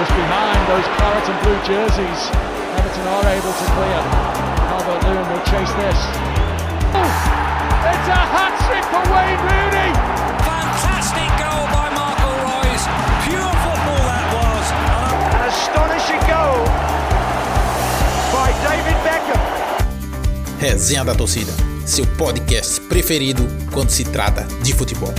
Just behind those claret and blue jerseys, Everton are able to clear. Calvert-Lewin will chase this. Oh, it's a hat-trick for Wayne Rooney! Fantastic goal by Marco Reus. Pure football that was. An astonishing goal by David Beckham. Resenha da Torcida, seu podcast preferido quando se trata de futebol.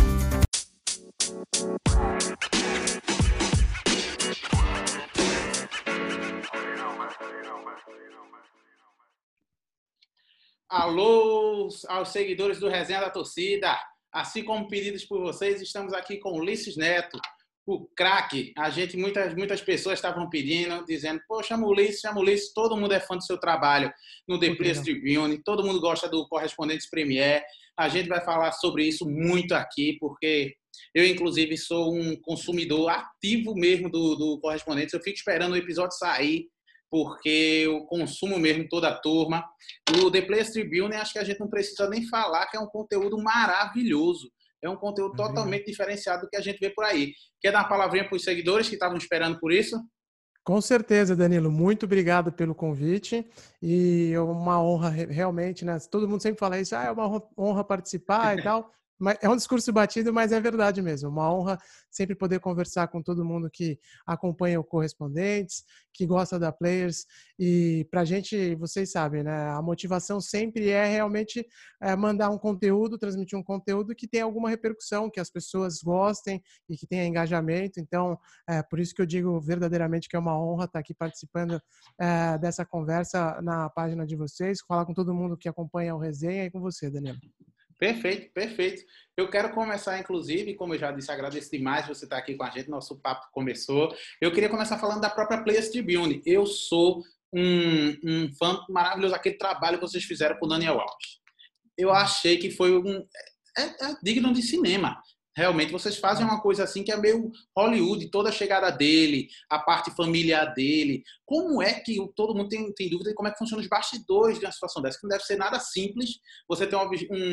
Alô aos seguidores do Resenha da Torcida. Assim como pedidos por vocês, estamos aqui com o Ulisses Neto, o craque. Muitas pessoas estavam pedindo, dizendo, pô, chama o Ulisses, todo mundo é fã do seu trabalho no The Players Tribune, todo mundo gosta do Correspondentes Premier. A gente vai falar sobre isso muito aqui, porque eu, inclusive, sou um consumidor ativo mesmo do Correspondentes. Eu fico esperando o episódio sair, porque eu consumo mesmo toda a turma. O The Players Tribune, acho que a gente não precisa nem falar que é um conteúdo maravilhoso. É um conteúdo totalmente diferenciado do que a gente vê por aí. Quer dar uma palavrinha para os seguidores que estavam esperando por isso? Com certeza, Danilo. Muito obrigado pelo convite. E é uma honra realmente, né? Todo mundo sempre fala isso, é uma honra participar e tal. Mas é um discurso batido, mas é verdade mesmo. Uma honra sempre poder conversar com todo mundo que acompanha o Correspondentes, que gosta da Players. E para a gente, vocês sabem, né? A motivação sempre é realmente mandar um conteúdo, transmitir um conteúdo que tenha alguma repercussão, que as pessoas gostem e que tenha engajamento. Então, por isso que eu digo verdadeiramente que é uma honra estar aqui participando dessa conversa na página de vocês, falar com todo mundo que acompanha o Resenha e com você, Danilo. Perfeito. Eu quero começar, inclusive, como eu já disse, agradeço demais você estar aqui com a gente, nosso papo começou. Eu queria começar falando da própria Players Tribune. Eu sou um fã maravilhoso daquele trabalho que vocês fizeram com o Daniel Alves. Eu achei que foi digno de cinema. Realmente, vocês fazem uma coisa assim que é meio Hollywood, toda a chegada dele, a parte familiar dele. Como é que todo mundo tem dúvida de como é que funciona os bastidores de uma situação dessa? Que não deve ser nada simples você ter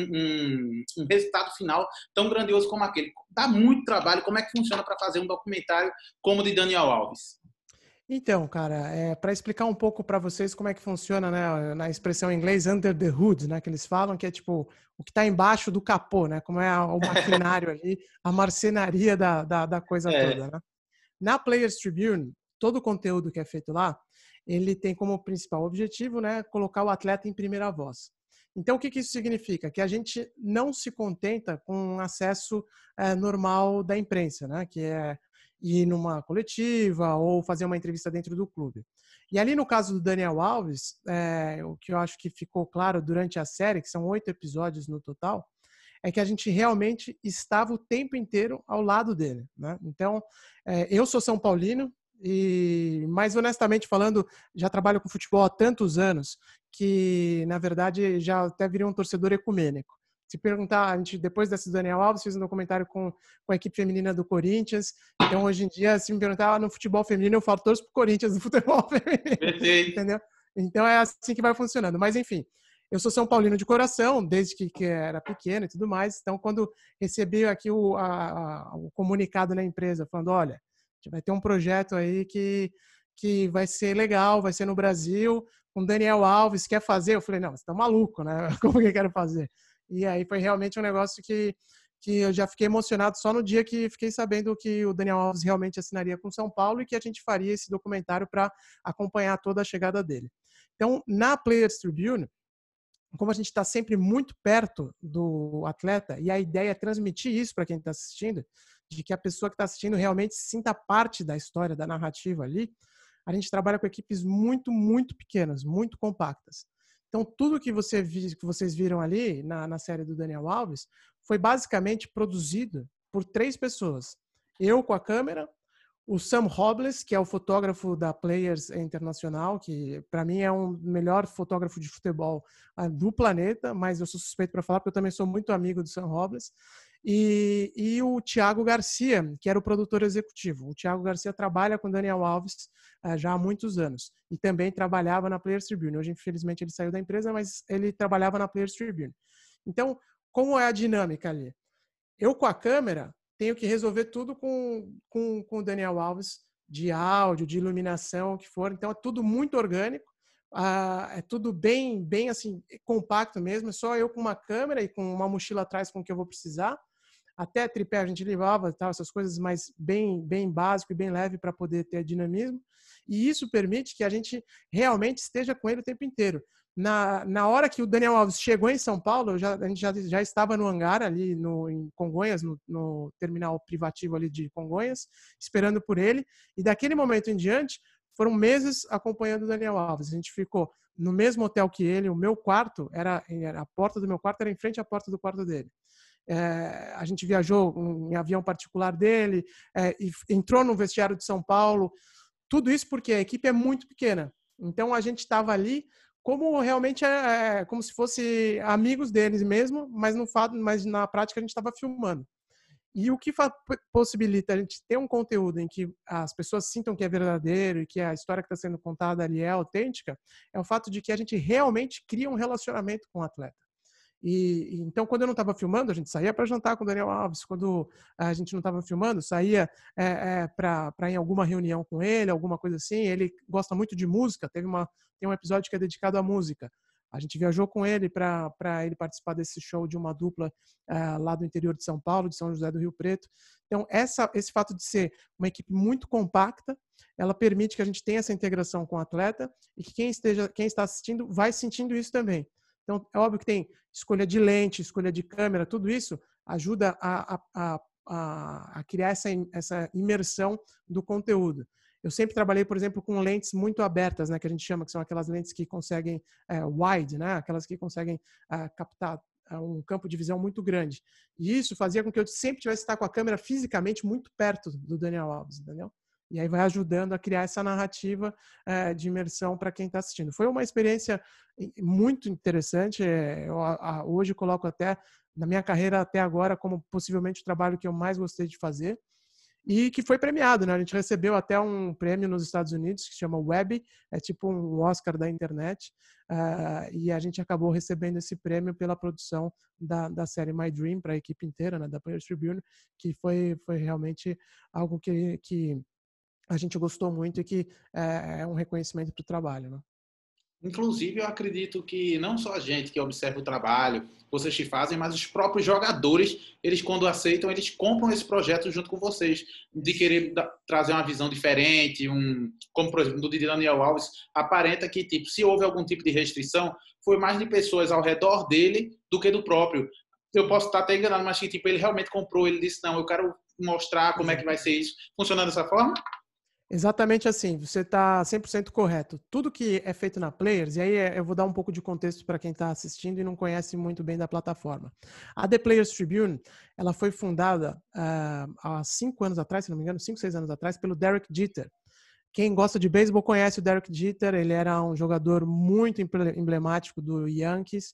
um resultado final tão grandioso como aquele. Dá muito trabalho. Como é que funciona para fazer um documentário como o de Daniel Alves? Então, cara, para explicar um pouco para vocês como é que funciona, né, na expressão em inglês, under the hood, né, que eles falam, que é tipo o que está embaixo do capô, né, como é o maquinário ali, a marcenaria da coisa toda, né? Na Players Tribune, todo o conteúdo que é feito lá, ele tem como principal objetivo, né, colocar o atleta em primeira voz. Então, o que isso significa? Que a gente não se contenta com o acesso normal da imprensa, né, que é ir numa coletiva ou fazer uma entrevista dentro do clube. E ali no caso do Daniel Alves, o que eu acho que ficou claro durante a série, que são 8 episódios no total, é que a gente realmente estava o tempo inteiro ao lado dele, né? Então, eu sou São Paulino, mas honestamente falando, já trabalho com futebol há tantos anos que, na verdade, já até virei um torcedor ecumênico. Se perguntar, a gente, depois desse Daniel Alves, fez um documentário com a equipe feminina do Corinthians. Então, hoje em dia, se me perguntar no futebol feminino, eu falo torço pro Corinthians no futebol feminino. Perfeito. Entendeu? Então, é assim que vai funcionando. Mas, enfim, eu sou São Paulino de coração, desde que era pequeno e tudo mais. Então, quando recebi aqui o comunicado na empresa, falando, olha, a gente vai ter um projeto aí que vai ser legal, vai ser no Brasil, com Daniel Alves, quer fazer? Eu falei, não, você tá maluco, né? Como que eu quero fazer? E aí foi realmente um negócio que eu já fiquei emocionado só no dia que fiquei sabendo que o Daniel Alves realmente assinaria com São Paulo e que a gente faria esse documentário para acompanhar toda a chegada dele. Então, na Players Tribune, como a gente está sempre muito perto do atleta, e a ideia é transmitir isso para quem está assistindo, de que a pessoa que está assistindo realmente sinta parte da história, da narrativa ali, a gente trabalha com equipes muito, muito pequenas, muito compactas. Então, tudo que vocês viram ali na série do Daniel Alves foi basicamente produzido por 3 pessoas. Eu com a câmera, o Sam Robles, que é o fotógrafo da Players Internacional, que para mim é o melhor fotógrafo de futebol do planeta, mas eu sou suspeito para falar porque eu também sou muito amigo do Sam Robles. E o Thiago Garcia, que era o produtor executivo. O Thiago Garcia trabalha com o Daniel Alves já há muitos anos e também trabalhava na Players Tribune. Hoje, infelizmente, ele saiu da empresa, mas ele trabalhava na Players Tribune. Então, como é a dinâmica ali? Eu, com a câmera, tenho que resolver tudo com o Daniel Alves de áudio, de iluminação, o que for. Então, é tudo muito orgânico. É tudo bem, bem assim, compacto mesmo. É só eu com uma câmera e com uma mochila atrás com o que eu vou precisar. Até tripé a gente levava, tal, essas coisas, mas bem, bem básico e bem leve para poder ter dinamismo. E isso permite que a gente realmente esteja com ele o tempo inteiro. Na hora que o Daniel Alves chegou em São Paulo, a gente já estava no hangar ali em Congonhas, no terminal privativo ali de Congonhas, esperando por ele. E daquele momento em diante, foram meses acompanhando o Daniel Alves. A gente ficou no mesmo hotel que ele. O meu quarto a porta do meu quarto era em frente à porta do quarto dele. A gente viajou em avião particular dele, e entrou no vestiário de São Paulo. Tudo isso porque a equipe é muito pequena. Então a gente estava ali como realmente como se fosse amigos deles mesmo, mas na prática a gente estava filmando. E o que possibilita a gente ter um conteúdo em que as pessoas sintam que é verdadeiro e que a história que está sendo contada ali é autêntica, é o fato de que a gente realmente cria um relacionamento com o atleta. Então, quando eu não estava filmando, a gente saía para jantar com o Daniel Alves. Quando a gente não estava filmando, saía para ir em alguma reunião com ele, alguma coisa assim. Ele gosta muito de música. Tem um episódio que é dedicado à música. A gente viajou com ele para ele participar desse show de uma dupla lá do interior de São Paulo, de São José do Rio Preto. Então, esse fato de ser uma equipe muito compacta, ela permite que a gente tenha essa integração com o atleta e que quem está assistindo vai sentindo isso também. Então, é óbvio que tem escolha de lente, escolha de câmera, tudo isso ajuda a criar essa imersão do conteúdo. Eu sempre trabalhei, por exemplo, com lentes muito abertas, né, que a gente chama, que são aquelas lentes que conseguem wide, né, aquelas que conseguem captar um campo de visão muito grande. E isso fazia com que eu sempre tivesse que estar com a câmera fisicamente muito perto do Daniel Alves, entendeu? E aí vai ajudando a criar essa narrativa de imersão para quem está assistindo. Foi uma experiência muito interessante. Hoje coloco até, na minha carreira até agora, como possivelmente o trabalho que eu mais gostei de fazer. E que foi premiado, né? A gente recebeu até um prêmio nos Estados Unidos, que se chama Webby, é tipo um Oscar da internet, e a gente acabou recebendo esse prêmio pela produção da série My Dream para a equipe inteira, né, da Players Tribune, que foi realmente algo que a gente gostou muito e que é um reconhecimento para o trabalho, né? Inclusive, eu acredito que não só a gente que observa o trabalho, vocês que fazem, mas os próprios jogadores, eles quando aceitam, eles compram esse projeto junto com vocês, de querer trazer uma visão diferente, como por exemplo, do Daniel Alves, aparenta que tipo, se houve algum tipo de restrição, foi mais de pessoas ao redor dele do que do próprio. Eu posso estar até enganado, mas que tipo, ele realmente comprou, ele disse, não, eu quero mostrar como é que vai ser isso. Funciona dessa forma? Exatamente assim, você está 100% correto. Tudo que é feito na Players, e aí eu vou dar um pouco de contexto para quem está assistindo e não conhece muito bem da plataforma. A The Players Tribune, ela foi fundada há 5 anos atrás, se não me engano, 5, 6 anos atrás, pelo Derek Jeter. Quem gosta de beisebol conhece o Derek Jeter, ele era um jogador muito emblemático do Yankees,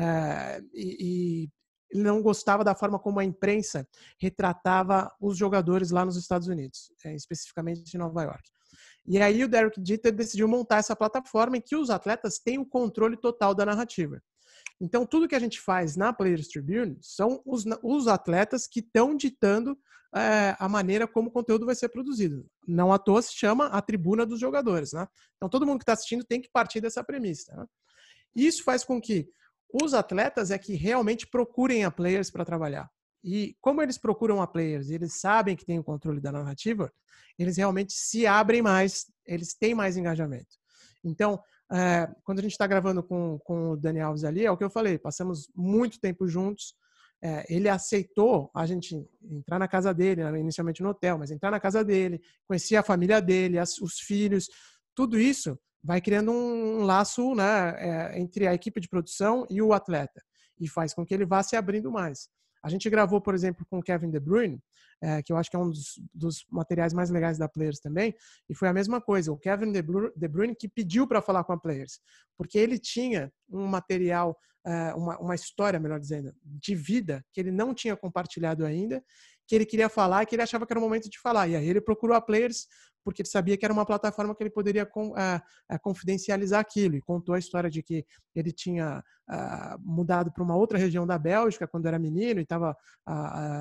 e ele não gostava da forma como a imprensa retratava os jogadores lá nos Estados Unidos, especificamente em Nova York. E aí o Derek Jeter decidiu montar essa plataforma em que os atletas têm o controle total da narrativa. Então, tudo que a gente faz na Players Tribune são os atletas que estão ditando a maneira como o conteúdo vai ser produzido. Não à toa se chama a tribuna dos jogadores, né? Então, todo mundo que está assistindo tem que partir dessa premissa, né? Isso faz com que os atletas que realmente procurem a Players para trabalhar. E como eles procuram a Players e eles sabem que tem o controle da narrativa, eles realmente se abrem mais, eles têm mais engajamento. Então, quando a gente está gravando com o Dani Alves ali, é o que eu falei, passamos muito tempo juntos, ele aceitou a gente entrar na casa dele, inicialmente no hotel, mas entrar na casa dele, conhecer a família dele, os filhos, tudo isso vai criando um laço, né, entre a equipe de produção e o atleta, e faz com que ele vá se abrindo mais. A gente gravou, por exemplo, com o Kevin De Bruyne, que eu acho que é um dos materiais mais legais da Players também, e foi a mesma coisa. O Kevin De Bruyne que pediu para falar com a Players, porque ele tinha um material, uma história, melhor dizendo, de vida, que ele não tinha compartilhado ainda, que ele queria falar e que ele achava que era o momento de falar. E aí ele procurou a Players porque ele sabia que era uma plataforma que ele poderia confidencializar aquilo, e contou a história de que ele tinha mudado para uma outra região da Bélgica quando era menino e estava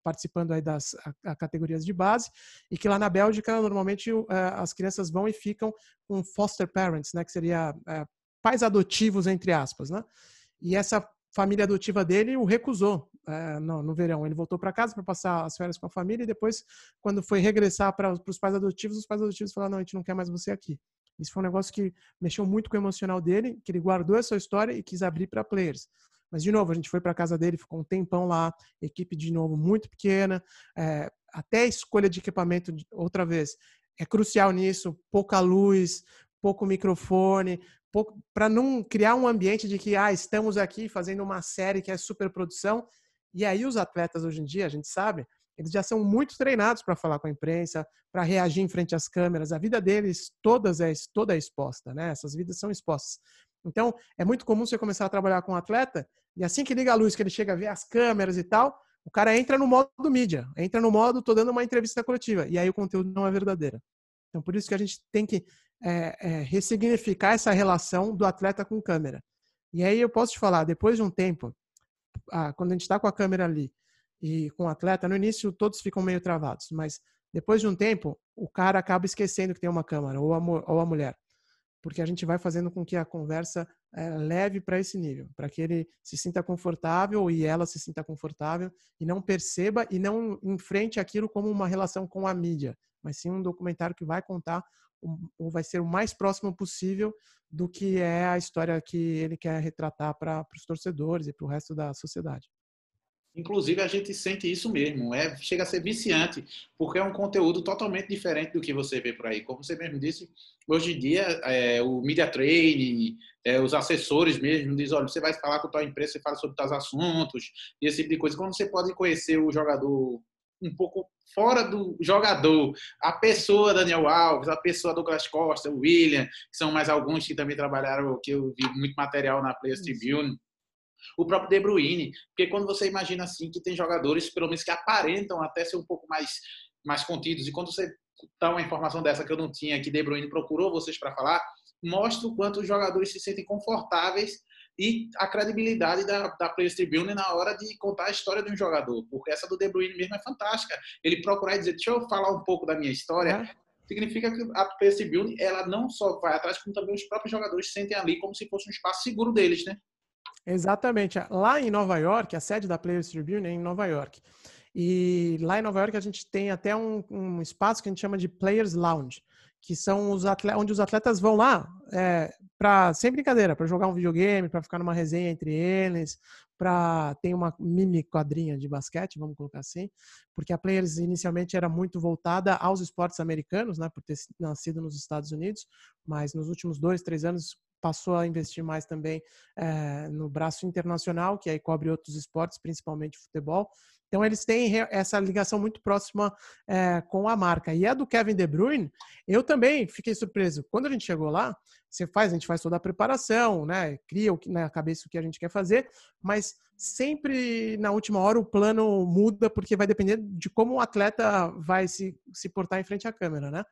participando aí das categorias de base, e que lá na Bélgica, normalmente, as crianças vão e ficam com foster parents, né, que seria pais adotivos, entre aspas, né? E essa família adotiva dele o recusou no verão. Ele voltou para casa para passar as férias com a família e depois, quando foi regressar para os pais adotivos, os pais adotivos falaram, não, a gente não quer mais você aqui. Isso foi um negócio que mexeu muito com o emocional dele, que ele guardou essa história e quis abrir para players. Mas, de novo, a gente foi para a casa dele, ficou um tempão lá, equipe, de novo, muito pequena, até a escolha de equipamento, outra vez, é crucial nisso, pouca luz, pouco microfone, para não criar um ambiente de que estamos aqui fazendo uma série que é superprodução. E aí os atletas hoje em dia, a gente sabe, eles já são muito treinados para falar com a imprensa, para reagir em frente às câmeras. A vida deles toda é exposta, né? Essas vidas são expostas. Então, é muito comum você começar a trabalhar com um atleta e assim que liga a luz, que ele chega a ver as câmeras e tal, o cara entra no modo mídia, entra no modo, tô dando uma entrevista coletiva, e aí o conteúdo não é verdadeiro. Então, por isso que a gente tem que ressignificar essa relação do atleta com câmera. E aí eu posso te falar, depois de um tempo, quando a gente está com a câmera ali e com o atleta, no início todos ficam meio travados, mas depois de um tempo, o cara acaba esquecendo que tem uma câmera, ou a mulher, porque a gente vai fazendo com que a conversa leve para esse nível, para que ele se sinta confortável e ela se sinta confortável e não perceba e não enfrente aquilo como uma relação com a mídia, mas sim um documentário que vai contar ou vai ser o mais próximo possível do que é a história que ele quer retratar para os torcedores e para o resto da sociedade. Inclusive, a gente sente isso mesmo, chega a ser viciante, porque é um conteúdo totalmente diferente do que você vê por aí. Como você mesmo disse, hoje em dia, o media training, os assessores mesmo dizem, olha, você vai falar com a tua empresa, você fala sobre tais assuntos, e esse tipo de coisa. Quando você pode conhecer o jogador um pouco fora do jogador, a pessoa Daniel Alves, a pessoa Douglas Costa, o William, que são mais alguns que também trabalharam, que eu vi muito material na Players Tribune, o próprio De Bruyne, porque quando você imagina assim que tem jogadores, pelo menos que aparentam até ser um pouco mais contidos, e quando você dá uma informação dessa que eu não tinha, que De Bruyne procurou vocês para falar, mostra o quanto os jogadores se sentem confortáveis e a credibilidade da Players Tribune na hora de contar a história de um jogador, porque essa do De Bruyne mesmo é fantástica. Ele procurar e dizer, deixa eu falar um pouco da minha história, significa que a Players Tribune, ela não só vai atrás, como também os próprios jogadores se sentem ali como se fosse um espaço seguro deles, né? Exatamente. Lá em Nova York, a sede da Players Tribune é em Nova York. E lá em Nova York a gente tem até um espaço que a gente chama de Players Lounge, que são onde os atletas vão lá sem brincadeira, para jogar um videogame, para ficar numa resenha entre eles, para ter uma mini quadrinha de basquete, vamos colocar assim, porque a Players inicialmente era muito voltada aos esportes americanos, né, por ter nascido nos Estados Unidos, mas nos últimos 2, 3 anos passou a investir mais também no braço internacional, que aí cobre outros esportes, principalmente futebol. Então, eles têm essa ligação muito próxima com a marca. E a do Kevin De Bruyne, eu também fiquei surpreso. Quando a gente chegou lá, a gente faz toda a preparação, né? Cria na cabeça o que a gente quer fazer, mas sempre na última hora o plano muda, porque vai depender de como o atleta vai se portar em frente à câmera, né?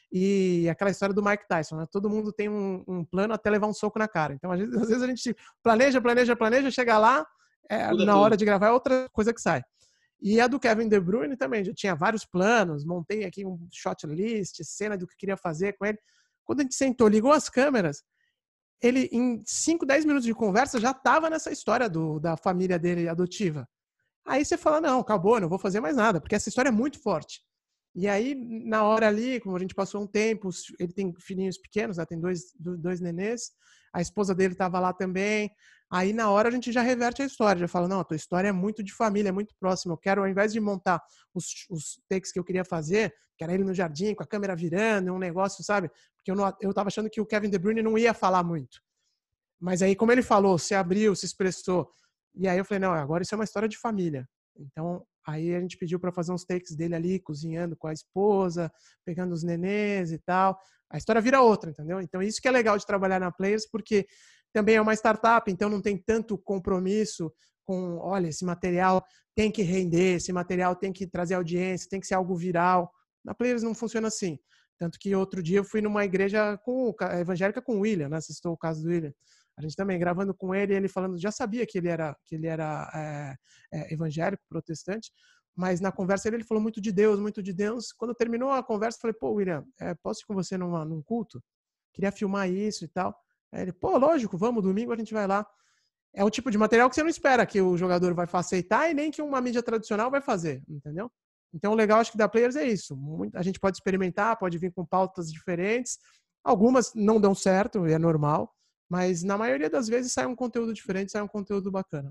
E aquela história do Mike Tyson, né? Todo mundo tem um plano até levar um soco na cara. Então, às vezes a gente planeja, chega lá, na hora de gravar é outra coisa que sai. E a do Kevin De Bruyne também, já tinha vários planos, montei aqui um shot list, cena do que queria fazer com ele. Quando a gente sentou, ligou as câmeras, ele em 5, 10 minutos de conversa já estava nessa história da família dele adotiva. Aí você fala, não, acabou, não vou fazer mais nada, porque essa história é muito forte. E aí, na hora ali, como a gente passou um tempo, ele tem filhinhos pequenos, né? Tem dois nenês, a esposa dele estava lá também. Aí, na hora, a gente já reverte a história, já fala, não, a tua história é muito de família, é muito próxima. Eu quero, ao invés de montar os takes que eu queria fazer, que era ele no jardim, com a câmera virando, um negócio, sabe? Porque eu estava achando que o Kevin De Bruyne não ia falar muito. Mas aí, como ele falou, se abriu, se expressou. E aí eu falei, não, agora isso é uma história de família. Então, aí a gente pediu para fazer uns takes dele ali, cozinhando com a esposa, pegando os nenês e tal. A história vira outra, entendeu? Então, isso que é legal de trabalhar na Players, porque também é uma startup, então não tem tanto compromisso com, olha, esse material tem que render, esse material tem que trazer audiência, tem que ser algo viral. Na Players não funciona assim. Tanto que outro dia eu fui numa igreja evangélica com o William, né? Você citou o caso do William. A gente também gravando com ele falando, já sabia que ele era evangélico, protestante, mas na conversa ele falou muito de Deus, muito de Deus. Quando terminou a conversa, eu falei, pô, William, posso ir com você num culto? Queria filmar isso e tal. Aí ele, pô, lógico, vamos, domingo a gente vai lá. É o tipo de material que você não espera que o jogador vai aceitar e nem que uma mídia tradicional vai fazer, entendeu? Então, o legal, acho que da Players é isso. A gente pode experimentar, pode vir com pautas diferentes. Algumas não dão certo, é normal. Mas, na maioria das vezes, sai um conteúdo diferente, sai um conteúdo bacana.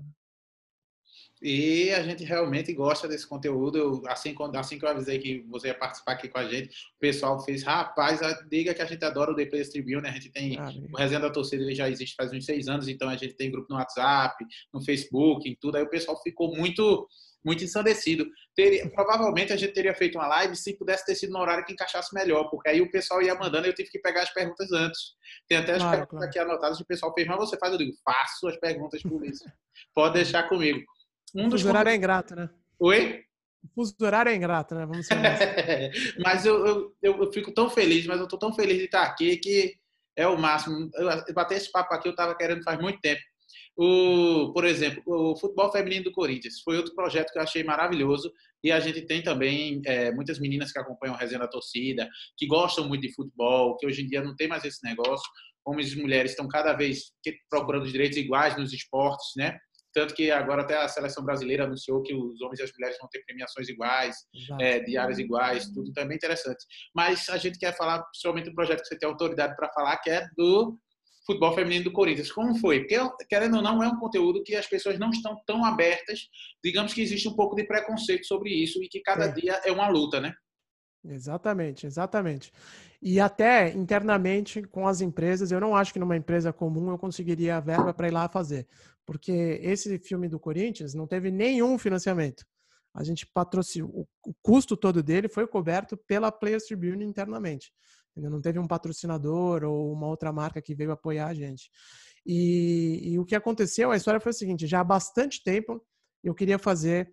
E a gente realmente gosta desse conteúdo. Assim que eu avisei que você ia participar aqui com a gente, o pessoal fez, rapaz, diga que a gente adora o The Players Tribune, né? A gente tem o Resenha da Torcida, ele já existe faz uns 6 anos, então a gente tem grupo no WhatsApp, no Facebook, em tudo. Aí o pessoal ficou muito ensandecido. Provavelmente a gente teria feito uma live se pudesse ter sido no horário que encaixasse melhor, porque aí o pessoal ia mandando e eu tive que pegar as perguntas antes. Tem até as perguntas aqui anotadas que o pessoal fez, mas você faz, eu digo, faço as perguntas por isso. Pode deixar comigo. O fuso horário é ingrato, né? Oi? O fuso horário é ingrato, né? Vamos ser Mas eu fico tão feliz, mas eu tô tão feliz de estar aqui que é o máximo. Eu bater esse papo aqui, eu estava querendo faz muito tempo. Por exemplo, o futebol feminino do Corinthians foi outro projeto que eu achei maravilhoso e a gente tem também muitas meninas que acompanham a Resenha da Torcida, que gostam muito de futebol, que hoje em dia não tem mais esse negócio. Homens e mulheres estão cada vez procurando os direitos iguais nos esportes, né? Tanto que agora até a seleção brasileira anunciou que os homens e as mulheres vão ter premiações iguais, diárias iguais, tudo também interessante. Mas a gente quer falar principalmente do projeto que você tem autoridade para falar, que é do futebol feminino do Corinthians. Como foi? Porque, querendo ou não, é um conteúdo que as pessoas não estão tão abertas. Digamos que existe um pouco de preconceito sobre isso e que cada dia é uma luta, né? Exatamente. E até internamente com as empresas, eu não acho que numa empresa comum eu conseguiria a verba para ir lá fazer, porque esse filme do Corinthians não teve nenhum financiamento. A gente patrocinou, o custo todo dele foi coberto pela Players Tribune internamente. Não teve um patrocinador ou uma outra marca que veio apoiar a gente. E o que aconteceu, a história foi o seguinte, já há bastante tempo eu queria fazer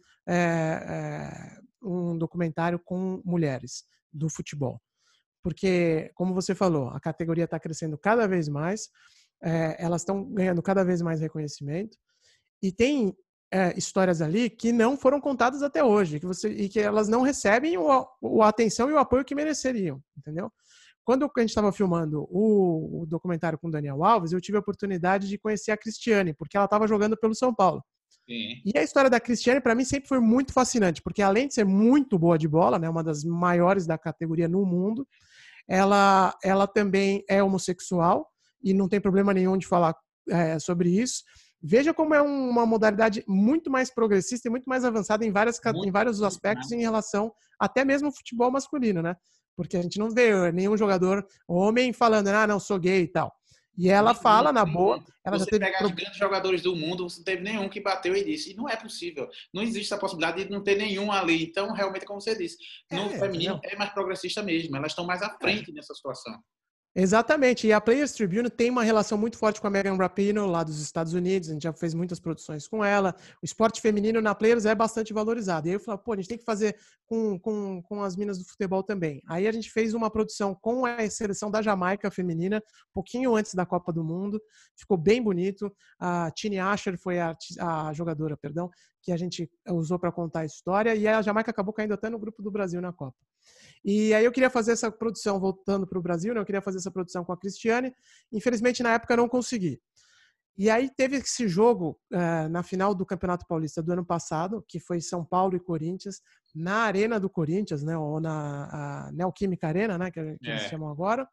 um documentário com mulheres do futebol. Porque, como você falou, a categoria está crescendo cada vez mais, elas estão ganhando cada vez mais reconhecimento, e tem histórias ali que não foram contadas até hoje, e que elas não recebem a atenção e o apoio que mereceriam, entendeu? Quando a gente estava filmando o documentário com o Daniel Alves, eu tive a oportunidade de conhecer a Cristiane, porque ela estava jogando pelo São Paulo. Sim. E a história da Cristiane, para mim, sempre foi muito fascinante, porque além de ser muito boa de bola, né, uma das maiores da categoria no mundo, ela também é homossexual e não tem problema nenhum de falar sobre isso. Veja como é uma modalidade muito mais progressista e muito mais avançada em vários aspectos em relação até mesmo ao futebol masculino, né? Porque a gente não vê nenhum jogador homem falando, não, sou gay e tal. E ela fala na boa. Ela você pega os grandes jogadores do mundo, você não teve nenhum que bateu e disse. E não é possível. Não existe essa possibilidade de não ter nenhum ali. Então, realmente, como você disse, no feminino é mais progressista mesmo. Elas estão mais à frente nessa situação. Exatamente, e a Players Tribune tem uma relação muito forte com a Megan Rapinoe, lá dos Estados Unidos, a gente já fez muitas produções com ela, o esporte feminino na Players é bastante valorizado, e aí eu falei, a gente tem que fazer com as minas do futebol também. Aí a gente fez uma produção com a seleção da Jamaica feminina, um pouquinho antes da Copa do Mundo, ficou bem bonito, a Tini Asher foi a jogadora, que a gente usou para contar a história, e a Jamaica acabou caindo até no grupo do Brasil na Copa. E aí eu queria fazer essa produção, voltando para o Brasil, né? Eu queria fazer essa produção com a Cristiane. Infelizmente, na época, eu não consegui. E aí teve esse jogo na final do Campeonato Paulista do ano passado, que foi São Paulo e Corinthians, na Arena do Corinthians, né? Ou na Neoquímica Arena, né? Que eles chamam agora.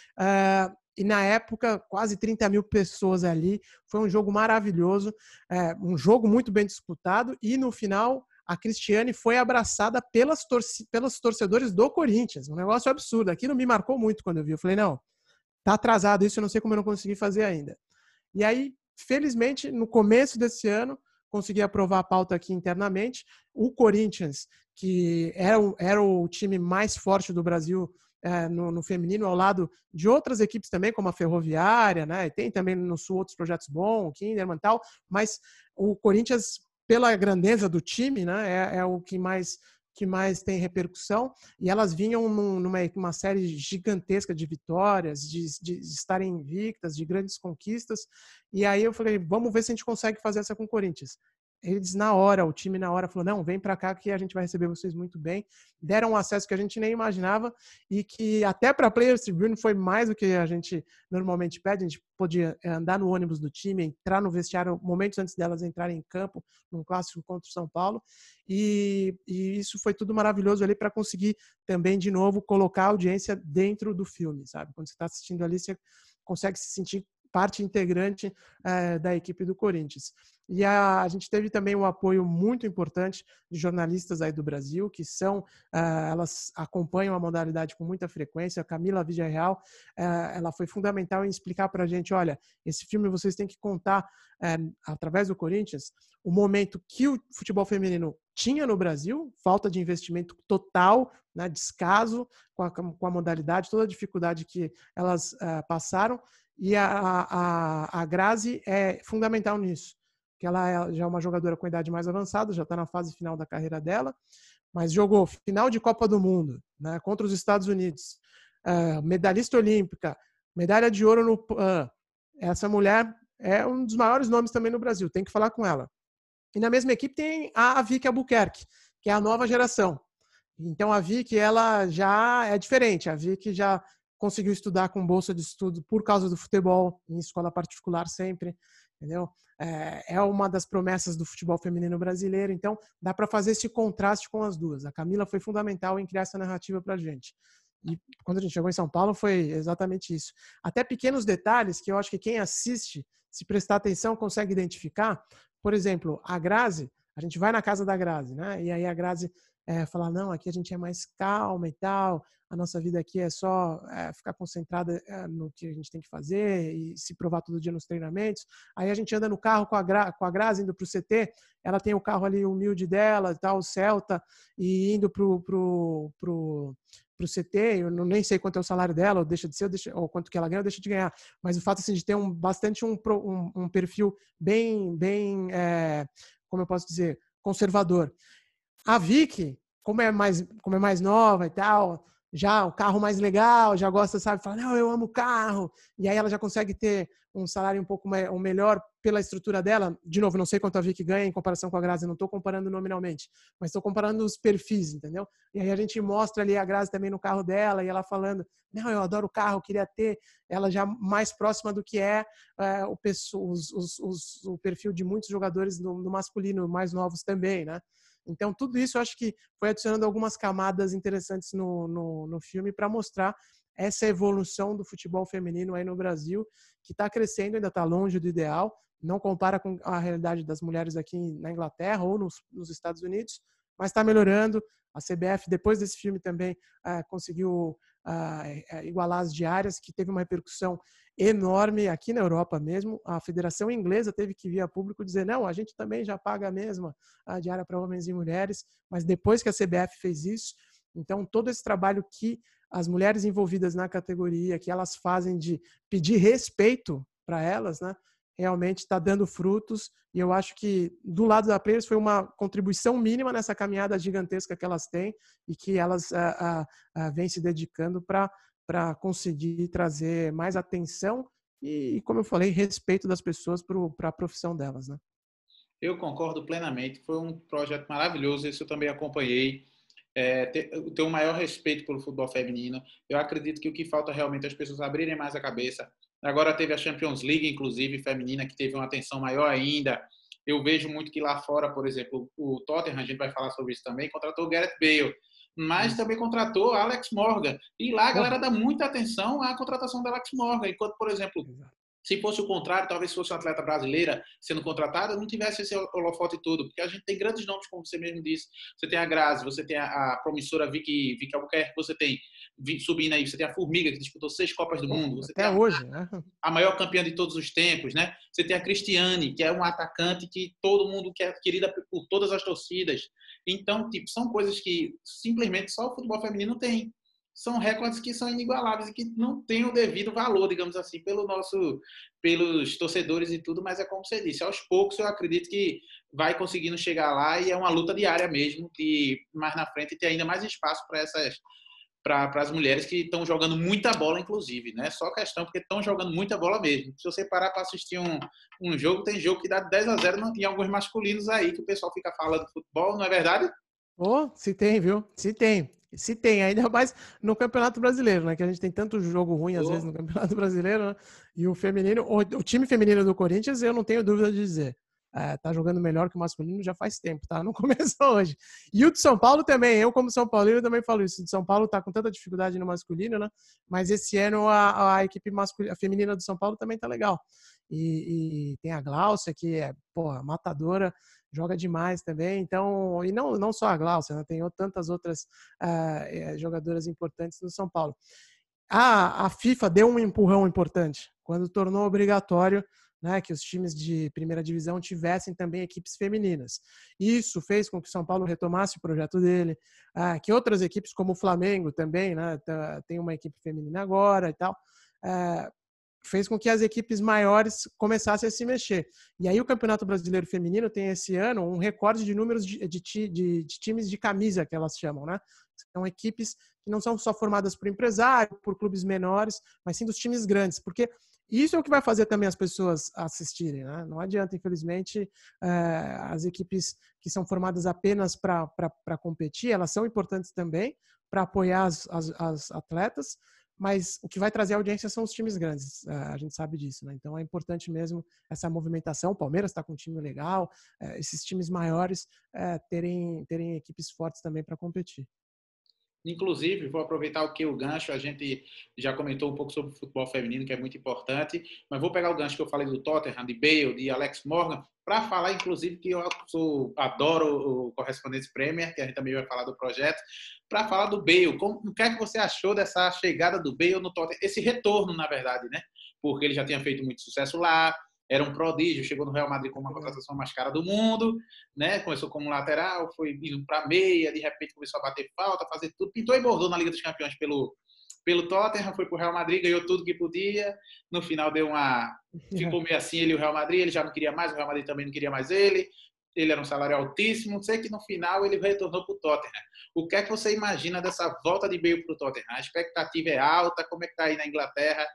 E na época, quase 30 mil pessoas ali. Foi um jogo maravilhoso, um jogo muito bem disputado. E no final, a Cristiane foi abraçada pelos torcedores do Corinthians. Um negócio absurdo. Aquilo me marcou muito quando eu vi. Eu falei, não, tá atrasado isso, eu não sei como eu não consegui fazer ainda. E aí, felizmente, no começo desse ano, consegui aprovar a pauta aqui internamente. O Corinthians, que era o time mais forte do Brasil no feminino, ao lado de outras equipes também, como a Ferroviária, né? E tem também no Sul outros projetos bons, o Kinderman e tal, mas o Corinthians, pela grandeza do time, né, é o que mais tem repercussão, e elas vinham numa série gigantesca de vitórias, de estarem invictas, de grandes conquistas, e aí eu falei, vamos ver se a gente consegue fazer essa com o Corinthians. eles na hora, o time na hora falou, não, vem para cá que a gente vai receber vocês muito bem. Deram um acesso que a gente nem imaginava e que até para a Players Tribune foi mais do que a gente normalmente pede. A gente podia andar no ônibus do time, entrar no vestiário momentos antes delas entrarem em campo, num clássico contra o São Paulo. E isso foi tudo maravilhoso ali para conseguir também, de novo, colocar a audiência dentro do filme, sabe? Quando você está assistindo ali, você consegue se sentir parte integrante da equipe do Corinthians. E a gente teve também um apoio muito importante de jornalistas aí do Brasil, que elas acompanham a modalidade com muita frequência. A Camila Villarreal, ela foi fundamental em explicar para a gente, olha, esse filme vocês têm que contar, através do Corinthians, o momento que o futebol feminino tinha no Brasil, falta de investimento total, né, descaso com a modalidade, toda a dificuldade que elas passaram. E a Grazi é fundamental nisso, que ela já é uma jogadora com idade mais avançada, já está na fase final da carreira dela, mas jogou final de Copa do Mundo, né, contra os Estados Unidos, medalhista olímpica, medalha de ouro no PAN. Essa mulher é um dos maiores nomes também no Brasil, tem que falar com ela. E na mesma equipe tem a Vicky Albuquerque, que é a nova geração. Então a Vicky, ela já é diferente, a Vicky já conseguiu estudar com bolsa de estudo por causa do futebol, em escola particular sempre, entendeu? É uma das promessas do futebol feminino brasileiro, então dá para fazer esse contraste com as duas. A Camila foi fundamental em criar essa narrativa para a gente. E quando a gente chegou em São Paulo foi exatamente isso. Até pequenos detalhes que eu acho que quem assiste, se prestar atenção, consegue identificar. Por exemplo, a Grazi, a gente vai na casa da Grazi, né? E aí a Grazi falar, não, aqui a gente é mais calma e tal, a nossa vida aqui é só ficar concentrada no que a gente tem que fazer e se provar todo dia nos treinamentos. Aí a gente anda no carro com a Grazi indo para o CT, ela tem o carro ali humilde dela, tal, o Celta, e indo pro CT, eu nem sei quanto é o salário dela, ou deixa de ser, ou quanto que ela ganha, ou deixa de ganhar, mas o fato assim, de ter bastante um perfil bem como eu posso dizer, conservador. A Vicky, como é mais nova e tal, já o carro mais legal, já gosta, sabe, fala, não, eu amo carro, e aí ela já consegue ter um salário um pouco melhor pela estrutura dela. De novo, não sei quanto a Vicky ganha em comparação com a Grazi, não estou comparando nominalmente, mas estou comparando os perfis, entendeu? E aí a gente mostra ali a Grazi também no carro dela, e ela falando, não, eu adoro o carro, queria ter, ela já mais próxima do que o perfil de muitos jogadores no masculino, mais novos também, né? Então, tudo isso eu acho que foi adicionando algumas camadas interessantes no filme para mostrar essa evolução do futebol feminino aí no Brasil, que está crescendo, ainda está longe do ideal, não compara com a realidade das mulheres aqui na Inglaterra ou nos Estados Unidos, mas está melhorando. A CBF, depois desse filme também, conseguiu igualar as diárias, que teve uma repercussão enorme aqui na Europa mesmo. A Federação Inglesa teve que vir a público dizer, não, a gente também já paga a mesma diária para homens e mulheres, mas depois que a CBF fez isso, então todo esse trabalho que as mulheres envolvidas na categoria, que elas fazem de pedir respeito para elas, né, realmente está dando frutos, e eu acho que do lado da Players foi uma contribuição mínima nessa caminhada gigantesca que elas têm e que elas vêm se dedicando para conseguir trazer mais atenção e, como eu falei, respeito das pessoas para a profissão delas, né? Eu concordo plenamente, foi um projeto maravilhoso, isso eu também acompanhei. Tenho um maior respeito pelo futebol feminino. Eu acredito que o que falta realmente é as pessoas abrirem mais a cabeça. Agora teve a Champions League, inclusive, feminina, que teve uma atenção maior ainda. Eu vejo muito que lá fora, por exemplo, o Tottenham, a gente vai falar sobre isso também, contratou o Gareth Bale, mas também contratou Alex Morgan. E lá a galera dá muita atenção à contratação da Alex Morgan. Enquanto, por exemplo, se fosse o contrário, talvez fosse uma atleta brasileira sendo contratada, não tivesse esse holofote todo, porque a gente tem grandes nomes, como você mesmo disse. Você tem a Grazi, você tem a promissora Vicky Albuquerque, você tem, subindo aí, você tem a Formiga, que disputou 6 Copas do Mundo. Você até tem hoje, né? A maior campeã de todos os tempos, né? Você tem a Cristiane, que é uma atacante que todo mundo quer, querida por todas as torcidas. Então, tipo, são coisas que simplesmente só o futebol feminino tem. São recordes que são inigualáveis e que não têm o devido valor, digamos assim, pelos torcedores e tudo, mas é como você disse, aos poucos eu acredito que vai conseguindo chegar lá e é uma luta diária mesmo, e mais na frente ter ainda mais espaço para para as mulheres que estão jogando muita bola, inclusive, né? Só questão porque estão jogando muita bola mesmo. Se você parar para assistir um jogo, tem jogo que dá 10-0 em alguns masculinos aí, que o pessoal fica falando de futebol, não é verdade? Oh, se tem, viu? Se tem. Se tem, ainda mais no Campeonato Brasileiro, né? Que a gente tem tanto jogo ruim, às vezes, no Campeonato Brasileiro, né? E o feminino, o time feminino do Corinthians, eu não tenho dúvida de dizer. Tá jogando melhor que o masculino já faz tempo, tá? Não começou hoje. E o de São Paulo também, eu como São Paulino também falo isso. O de São Paulo tá com tanta dificuldade no masculino, né? Mas esse ano a equipe masculina, a feminina do São Paulo também tá legal. E tem a Gláucia, que é, porra, matadora, joga demais também. Então, e não só a Gláucia, né? Tem tantas outras jogadoras importantes no São Paulo. A FIFA deu um empurrão importante quando tornou obrigatório, né, que os times de primeira divisão tivessem também equipes femininas. Isso fez com que o São Paulo retomasse o projeto dele, que outras equipes como o Flamengo também, né, tem uma equipe feminina agora e tal, fez com que as equipes maiores começassem a se mexer. E aí o Campeonato Brasileiro Feminino tem esse ano um recorde de números de times de camisa, que elas chamam, né? São equipes que não são só formadas por empresários, por clubes menores, mas sim dos times grandes, porque isso é o que vai fazer também as pessoas assistirem, né? Não adianta, infelizmente, as equipes que são formadas apenas para competir, elas são importantes também para apoiar as atletas, mas o que vai trazer audiência são os times grandes, a gente sabe disso, né? Então é importante mesmo essa movimentação. O Palmeiras está com um time legal, esses times maiores terem equipes fortes também para competir. Inclusive, vou aproveitar o gancho, a gente já comentou um pouco sobre o futebol feminino, que é muito importante, mas vou pegar o gancho que eu falei do Tottenham, de Bale, de Alex Morgan, para falar, inclusive, que eu adoro o Correspondentes Premier, que a gente também vai falar do projeto, para falar do Bale. O que é que você achou dessa chegada do Bale no Tottenham? Esse retorno, na verdade, né? Porque ele já tinha feito muito sucesso lá, era um prodígio, chegou no Real Madrid com uma contratação mais cara do mundo, né? Começou como lateral, foi indo para meia, de repente começou a bater falta, fazer tudo, pintou e bordou na Liga dos Campeões pelo Tottenham, foi pro Real Madrid, ganhou tudo que podia, no final ficou meio assim ele e o Real Madrid, ele já não queria mais, o Real Madrid também não queria mais ele era um salário altíssimo, sei que no final ele retornou pro Tottenham. O que é que você imagina dessa volta de Bale pro Tottenham? A expectativa é alta, como é que tá aí na Inglaterra?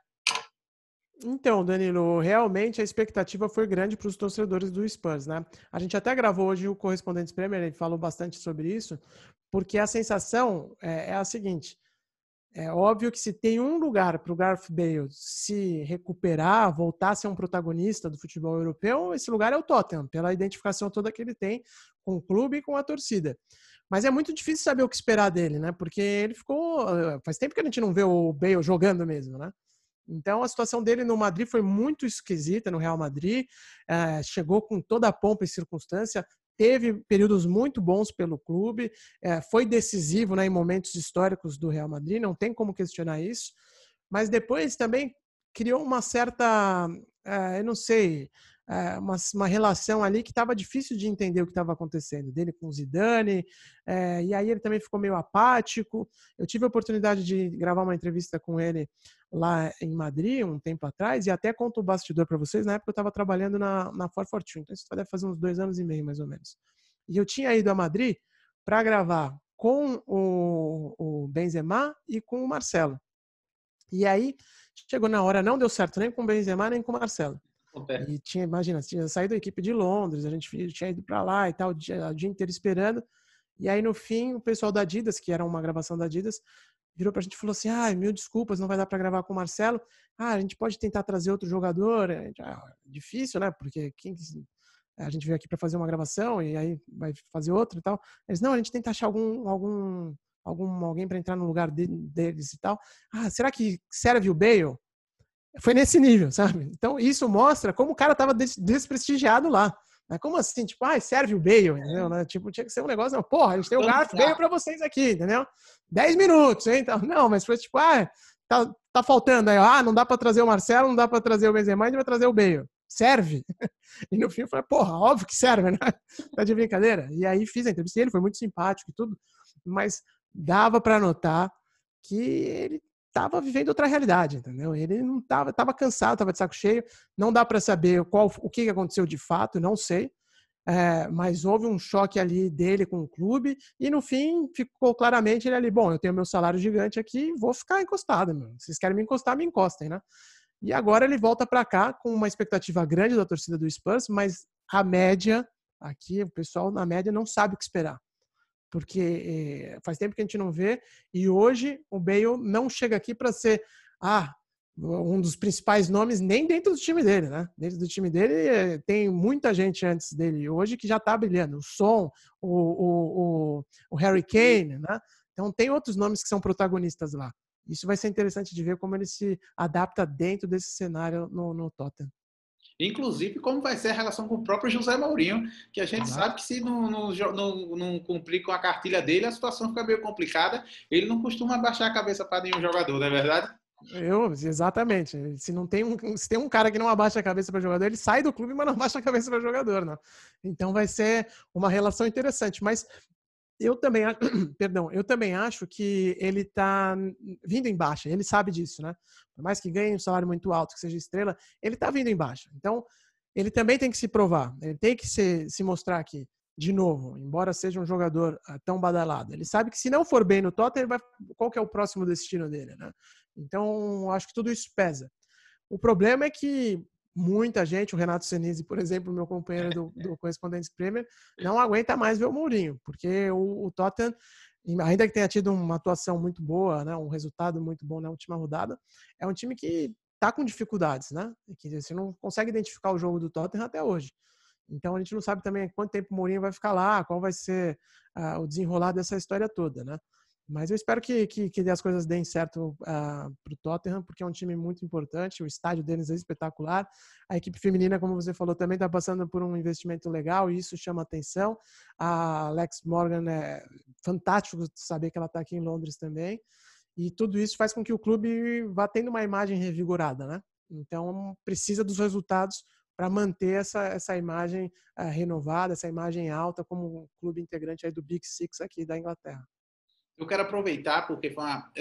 Então, Danilo, realmente a expectativa foi grande para os torcedores do Spurs, né? A gente até gravou hoje o Correspondentes Premier, ele falou bastante sobre isso, porque a sensação é a seguinte: é óbvio que se tem um lugar para o Gareth Bale se recuperar, voltar a ser um protagonista do futebol europeu, esse lugar é o Tottenham, pela identificação toda que ele tem com o clube e com a torcida. Mas é muito difícil saber o que esperar dele, né? Porque ele ficou... Faz tempo que a gente não vê o Bale jogando mesmo, né? Então, a situação dele no Madrid foi muito esquisita, no Real Madrid. Chegou com toda a pompa e circunstância, teve períodos muito bons pelo clube, foi decisivo, né, em momentos históricos do Real Madrid, não tem como questionar isso. Mas depois também criou uma certa, eu não sei, uma relação ali que estava difícil de entender o que estava acontecendo, dele com o Zidane, e aí ele também ficou meio apático. Eu tive a oportunidade de gravar uma entrevista com ele lá em Madrid, um tempo atrás, e até conto o bastidor para vocês. Na época eu estava trabalhando na Ford Fortune, então isso deve fazer uns 2 anos e meio, mais ou menos. E eu tinha ido a Madrid para gravar com o Benzema e com o Marcelo. E aí, chegou na hora, não deu certo nem com o Benzema, nem com o Marcelo. E imagina, tinha saído da equipe de Londres, a gente tinha ido para lá e tal, o dia inteiro esperando. E aí, no fim, o pessoal da Adidas, que era uma gravação da Adidas, virou pra gente e falou assim: mil desculpas, não vai dar para gravar com o Marcelo. A gente pode tentar trazer outro jogador. Difícil, né? Porque a gente veio aqui para fazer uma gravação e aí vai fazer outro e tal. Eles, não, a gente tenta achar alguém para entrar no lugar deles e tal. Será que serve o Bale? Foi nesse nível, sabe? Então, isso mostra como o cara tava desprestigiado lá. Como assim? Tipo, serve o Bale, entendeu? Tipo, tinha que ser um negócio, não, porra, a gente tem o Gareth Bale pra vocês aqui, entendeu? 10 minutos, hein? Então, não, mas foi tipo, tá faltando aí, não dá pra trazer o Marcelo, não dá pra trazer o Benzema, a gente vai trazer o Bale. Serve? E no fim eu falei, porra, óbvio que serve, né? Tá de brincadeira? E aí fiz a entrevista, ele foi muito simpático e tudo, mas dava pra notar que ele tava vivendo outra realidade, entendeu? Ele não tava cansado, tava de saco cheio, não dá para saber o que aconteceu de fato, não sei, mas houve um choque ali dele com o clube e no fim ficou claramente ele ali, bom, eu tenho meu salário gigante aqui, vou ficar encostado, meu. Vocês querem me encostar, me encostem, né? E agora ele volta para cá com uma expectativa grande da torcida do Spurs, mas a média, aqui o pessoal na média não sabe o que esperar. Porque faz tempo que a gente não vê e hoje o Bale não chega aqui para ser um dos principais nomes nem dentro do time dele, né? Dentro do time dele tem muita gente antes dele hoje que já está brilhando. O Son, o Harry Kane, né? Então tem outros nomes que são protagonistas lá. Isso vai ser interessante de ver como ele se adapta dentro desse cenário no Tottenham. Inclusive, como vai ser a relação com o próprio José Mourinho, que a gente sabe que se não cumprir com a cartilha dele, a situação fica meio complicada. Ele não costuma baixar a cabeça para nenhum jogador, não é verdade? Exatamente. Se tem um cara que não abaixa a cabeça para jogador, ele sai do clube, mas não abaixa a cabeça para jogador, não. Então vai ser uma relação interessante. Mas eu também acho que ele está vindo em baixa. Ele sabe disso, né? Por mais que ganhe um salário muito alto, que seja estrela, ele está vindo em baixa. Então, ele também tem que se provar. Ele tem que se mostrar aqui, de novo, embora seja um jogador tão badalado. Ele sabe que se não for bem no Tottenham, qual que é o próximo destino dele, né? Então, acho que tudo isso pesa. O problema é que muita gente, o Renato Senise, por exemplo, meu companheiro do Correspondentes Premier, não aguenta mais ver o Mourinho, porque o Tottenham, ainda que tenha tido uma atuação muito boa, né, um resultado muito bom na última rodada, é um time que está com dificuldades, né? Que você não consegue identificar o jogo do Tottenham até hoje. Então a gente não sabe também quanto tempo o Mourinho vai ficar lá, qual vai ser o desenrolar dessa história toda, né? Mas eu espero que as coisas deem certo para o Tottenham, porque é um time muito importante, o estádio deles é espetacular. A equipe feminina, como você falou, também está passando por um investimento legal e isso chama atenção. A Alex Morgan é fantástico saber que ela está aqui em Londres também. E tudo isso faz com que o clube vá tendo uma imagem revigorada, né? Então, precisa dos resultados para manter essa imagem renovada, essa imagem alta como um clube integrante aí do Big Six aqui da Inglaterra. Eu quero aproveitar, porque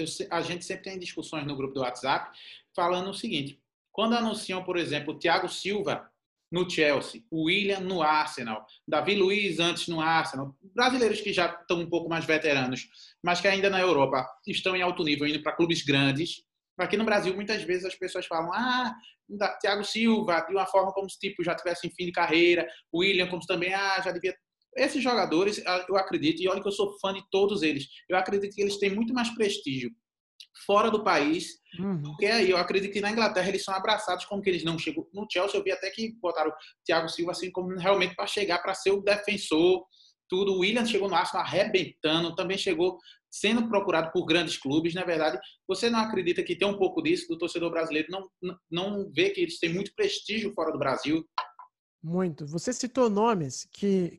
a gente sempre tem discussões no grupo do WhatsApp falando o seguinte: quando anunciam, por exemplo, o Thiago Silva no Chelsea, o Willian no Arsenal, Davi Luiz antes no Arsenal, brasileiros que já estão um pouco mais veteranos, mas que ainda na Europa estão em alto nível, indo para clubes grandes. Aqui no Brasil, muitas vezes as pessoas falam Thiago Silva, de uma forma como se já tivesse em fim de carreira, o Willian como se também, já devia... Esses jogadores, eu acredito, e olha que eu sou fã de todos eles, eu acredito que eles têm muito mais prestígio fora do país, porque aí eu acredito que na Inglaterra eles são abraçados como que eles não chegam. No Chelsea eu vi até que botaram o Thiago Silva assim como realmente para chegar, para ser o defensor, tudo. O Willian chegou no Arsenal arrebentando, também chegou sendo procurado por grandes clubes, na verdade. Você não acredita que tem um pouco disso do torcedor brasileiro não vê que eles têm muito prestígio fora do Brasil? Muito. Você citou nomes que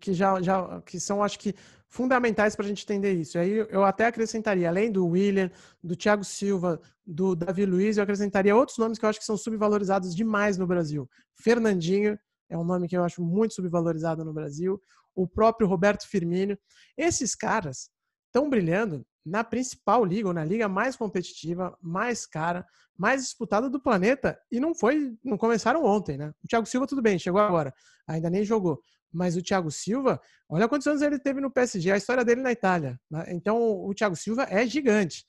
são, acho que, fundamentais para a gente entender isso. Aí eu até acrescentaria, além do Willian, do Thiago Silva, do Davi Luiz, eu acrescentaria outros nomes que eu acho que são subvalorizados demais no Brasil. Fernandinho é um nome que eu acho muito subvalorizado no Brasil. O próprio Roberto Firmino. Esses caras estão brilhando na principal liga, ou na liga mais competitiva, mais cara, mais disputada do planeta, e não começaram ontem, né? O Thiago Silva, tudo bem, chegou agora, ainda nem jogou, mas o Thiago Silva, olha quantos anos ele teve no PSG, a história dele na Itália, né? Então o Thiago Silva é gigante.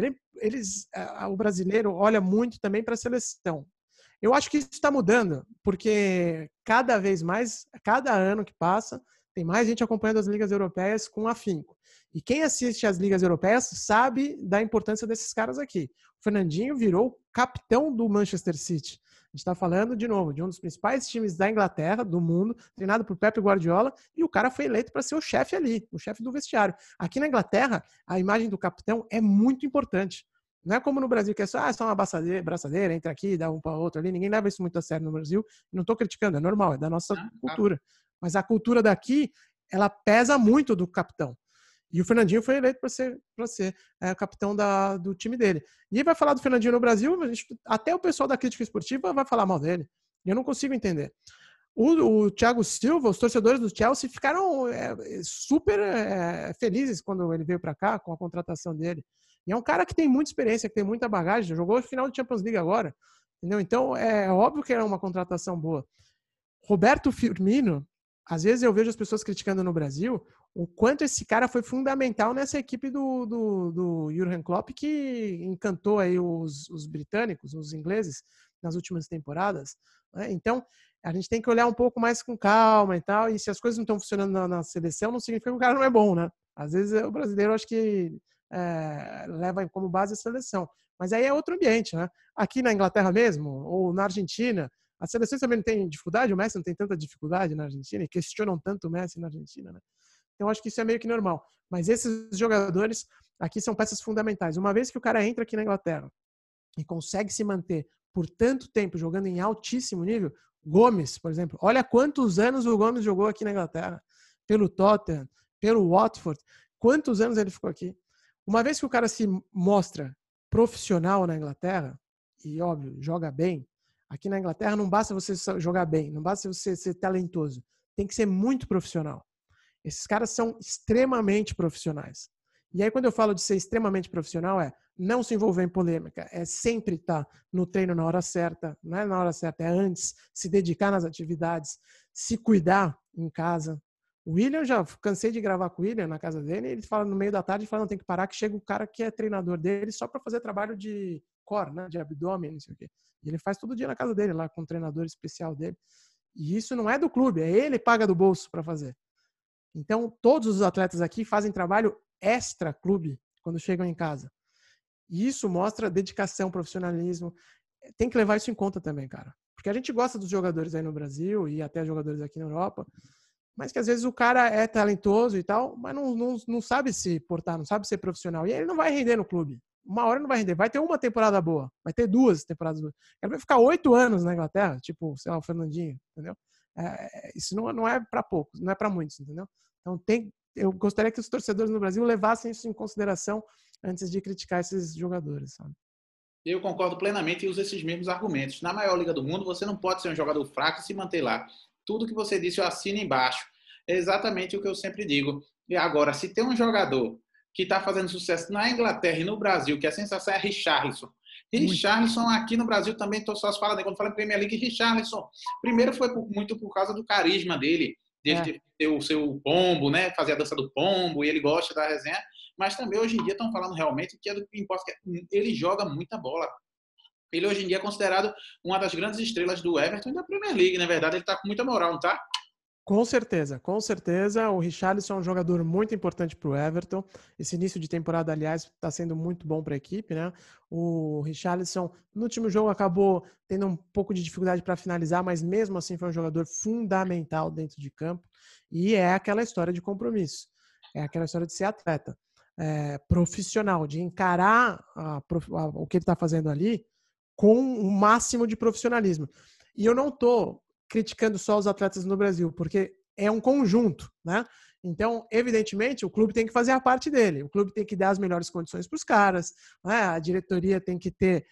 O brasileiro olha muito também para a seleção. Eu acho que isso está mudando, porque cada vez mais, cada ano que passa, tem mais gente acompanhando as ligas europeias com afinco. E quem assiste às ligas europeias sabe da importância desses caras aqui. O Fernandinho virou capitão do Manchester City. A gente está falando, de novo, de um dos principais times da Inglaterra, do mundo, treinado por Pep Guardiola, e o cara foi eleito para ser o chefe ali, o chefe do vestiário. Aqui na Inglaterra, a imagem do capitão é muito importante. Não é como no Brasil, que é só uma braçadeira, entra aqui, dá um para outro ali. Ninguém leva isso muito a sério no Brasil. Não estou criticando, é normal, é da nossa cultura. Mas a cultura daqui, ela pesa muito do capitão. E o Fernandinho foi eleito para ser capitão do time dele. E vai falar do Fernandinho no Brasil, até o pessoal da crítica esportiva vai falar mal dele. E eu não consigo entender. O Thiago Silva, os torcedores do Chelsea ficaram super felizes quando ele veio para cá, com a contratação dele. E é um cara que tem muita experiência, que tem muita bagagem, jogou no final do Champions League agora. Entendeu? Então, é óbvio que é uma contratação boa. Roberto Firmino, às vezes eu vejo as pessoas criticando no Brasil o quanto esse cara foi fundamental nessa equipe do Jürgen Klopp, que encantou aí os britânicos, os ingleses, nas últimas temporadas, né? Então, a gente tem que olhar um pouco mais com calma e tal, e se as coisas não estão funcionando na seleção, não significa que o cara não é bom, né? Às vezes o brasileiro, acho que leva como base a seleção. Mas aí é outro ambiente, né? Aqui na Inglaterra mesmo, ou na Argentina, as seleções também não têm dificuldade, o Messi não tem tanta dificuldade na Argentina, e questionam tanto o Messi na Argentina, né? Então, acho que isso é meio que normal. Mas esses jogadores aqui são peças fundamentais. Uma vez que o cara entra aqui na Inglaterra e consegue se manter por tanto tempo jogando em altíssimo nível, Gomes, por exemplo, olha quantos anos o Gomes jogou aqui na Inglaterra, pelo Tottenham, pelo Watford, quantos anos ele ficou aqui. Uma vez que o cara se mostra profissional na Inglaterra, e óbvio, joga bem, aqui na Inglaterra não basta você jogar bem, não basta você ser talentoso, tem que ser muito profissional. Esses caras são extremamente profissionais. E aí, quando eu falo de ser extremamente profissional, é não se envolver em polêmica, é sempre estar no treino na hora certa, não é na hora certa, é antes, se dedicar nas atividades, se cuidar em casa. O William, já cansei de gravar com o William na casa dele, ele fala no meio da tarde, fala, não, tem que parar, que chega o cara que é treinador dele só para fazer trabalho de core, né, de abdômen, não sei o quê. E ele faz todo dia na casa dele, lá com o treinador especial dele. E isso não é do clube, é ele que paga do bolso para fazer. Então, todos os atletas aqui fazem trabalho extra-clube quando chegam em casa. E isso mostra dedicação, profissionalismo. Tem que levar isso em conta também, cara. Porque a gente gosta dos jogadores aí no Brasil e até jogadores aqui na Europa, mas que às vezes o cara é talentoso e tal, mas não sabe se portar, não sabe ser profissional. E ele não vai render no clube. Uma hora não vai render. Vai ter uma temporada boa, vai ter 2 temporadas boas. Ele vai ficar 8 anos na Inglaterra, tipo, sei lá, o Fernandinho, entendeu? Isso não é para poucos, não é para muitos, entendeu? Então eu gostaria que os torcedores no Brasil levassem isso em consideração antes de criticar esses jogadores, sabe? Eu concordo plenamente e uso esses mesmos argumentos. Na maior liga do mundo, você não pode ser um jogador fraco e se manter lá. Tudo que você disse eu assino embaixo. É exatamente o que eu sempre digo. E agora, se tem um jogador que está fazendo sucesso na Inglaterra e no Brasil, que a sensação é Richarlison. Richarlison aqui no Brasil também, só se fala dele. Quando fala em Premier League, Richarlison. Primeiro foi muito por causa do carisma dele ter o seu pombo, né? Fazer a dança do pombo, e ele gosta da resenha. Mas também hoje em dia estão falando realmente que importa que ele joga muita bola. Ele hoje em dia é considerado uma das grandes estrelas do Everton e da Premier League, na verdade. Ele está com muita moral, não está? Com certeza, com certeza. O Richarlison é um jogador muito importante para o Everton. Esse início de temporada, aliás, está sendo muito bom para a equipe, né? O Richarlison, no último jogo, acabou tendo um pouco de dificuldade para finalizar, mas mesmo assim foi um jogador fundamental dentro de campo. E é aquela história de compromisso. É aquela história de ser atleta. Profissional, de encarar o que ele está fazendo ali com o máximo de profissionalismo. E eu não estou criticando só os atletas no Brasil, porque é um conjunto, né? Então, evidentemente, o clube tem que fazer a parte dele. O clube tem que dar as melhores condições para os caras, né? A diretoria tem que ter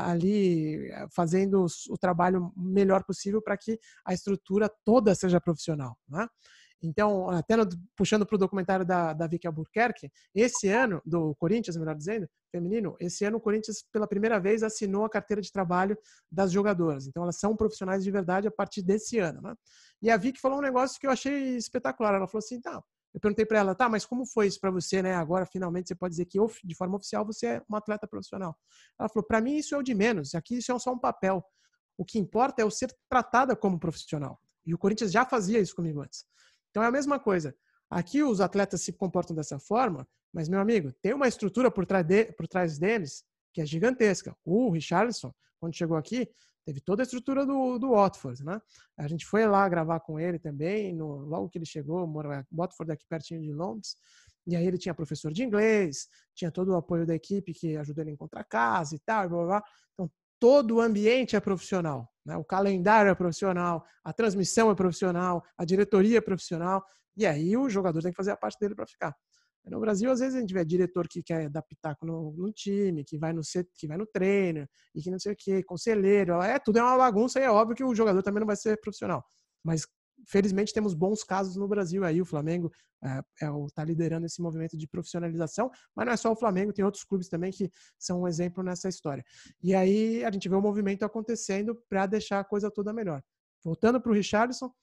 ali fazendo o trabalho melhor possível para que a estrutura toda seja profissional, né? Então, até puxando para o documentário da Vicky Albuquerque, esse ano, do Corinthians, melhor dizendo, feminino, esse ano o Corinthians, pela primeira vez, assinou a carteira de trabalho das jogadoras. Então, elas são profissionais de verdade a partir desse ano, né? E a Vicky falou um negócio que eu achei espetacular. Ela falou assim, tá, eu perguntei para ela, tá, mas como foi isso para você, né? Agora, finalmente, você pode dizer que, de forma oficial, você é uma atleta profissional. Ela falou, para mim, isso é o de menos. Aqui, isso é só um papel. O que importa é eu ser tratada como profissional. E o Corinthians já fazia isso comigo antes. Então é a mesma coisa. Aqui os atletas se comportam dessa forma, mas, meu amigo, tem uma estrutura por trás deles que é gigantesca. O Richarlison, quando chegou aqui, teve toda a estrutura do Watford, né? A gente foi lá gravar com ele também, logo que ele chegou, o Watford aqui pertinho de Londres, e aí ele tinha professor de inglês, tinha todo o apoio da equipe que ajudou ele a encontrar casa e tal, e blá, blá, blá. Então, todo o ambiente é profissional, né? O calendário é profissional, a transmissão é profissional, a diretoria é profissional, e aí o jogador tem que fazer a parte dele para ficar. No Brasil, às vezes, a gente vê diretor que quer dar pitaco no time, que vai no treino, e que não sei o quê, conselheiro, tudo é uma bagunça, e é óbvio que o jogador também não vai ser profissional. Mas, felizmente, temos bons casos no Brasil aí, o Flamengo está liderando esse movimento de profissionalização, mas não é só o Flamengo, tem outros clubes também que são um exemplo nessa história. E aí a gente vê o movimento acontecendo para deixar a coisa toda melhor. Voltando para o Richarlison,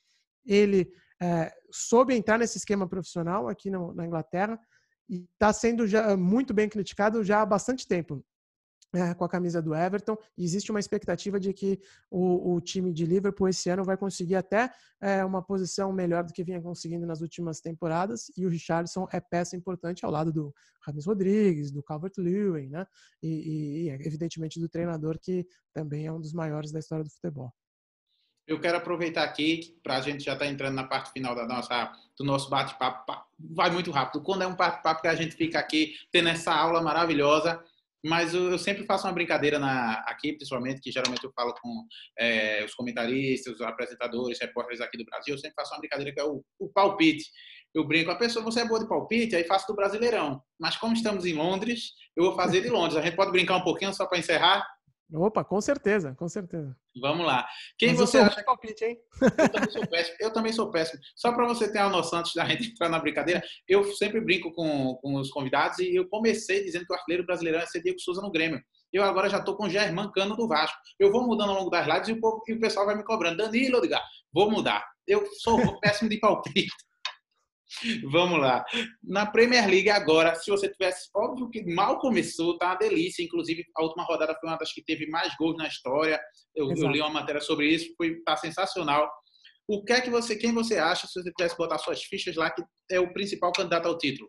ele soube entrar nesse esquema profissional aqui na Inglaterra e está sendo já muito bem criticado já há bastante tempo. Com a camisa do Everton, e existe uma expectativa de que o time de Liverpool esse ano vai conseguir até uma posição melhor do que vinha conseguindo nas últimas temporadas, e o Richarlison é peça importante ao lado do James Rodrigues, do Calvert-Lewin, né? E evidentemente do treinador, que também é um dos maiores da história do futebol. Eu quero aproveitar aqui, para a gente já estar entrando na parte final do nosso bate-papo. Vai muito rápido. Quando é um bate-papo que a gente fica aqui tendo essa aula maravilhosa, mas eu sempre faço uma brincadeira aqui, principalmente, que geralmente eu falo com os comentaristas, os apresentadores, repórteres aqui do Brasil, eu sempre faço uma brincadeira que é o palpite. Eu brinco, a pessoa, você é boa de palpite, aí faço do Brasileirão. Mas como estamos em Londres, eu vou fazer de Londres. A gente pode brincar um pouquinho só para encerrar? Opa, com certeza, com certeza. Vamos lá. Quem mas você acha? Palpite, hein? Eu também sou péssimo. Só para você ter uma noção, antes da gente entrar na brincadeira, eu sempre brinco com os convidados e eu comecei dizendo que o artilheiro brasileiro é ser Diego Souza no Grêmio. Eu agora já estou com o Germán Cano do Vasco. Eu vou mudando ao longo das lives e o pessoal vai me cobrando. Danilo, Edgar, vou mudar. Eu sou péssimo de palpite. Vamos lá. Na Premier League agora, se você tivesse... Óbvio que mal começou, tá uma delícia. Inclusive, a última rodada foi uma das que teve mais gols na história. Eu li uma matéria sobre isso, tá sensacional. Quem você acha, se você tivesse botar suas fichas lá, que é o principal candidato ao título?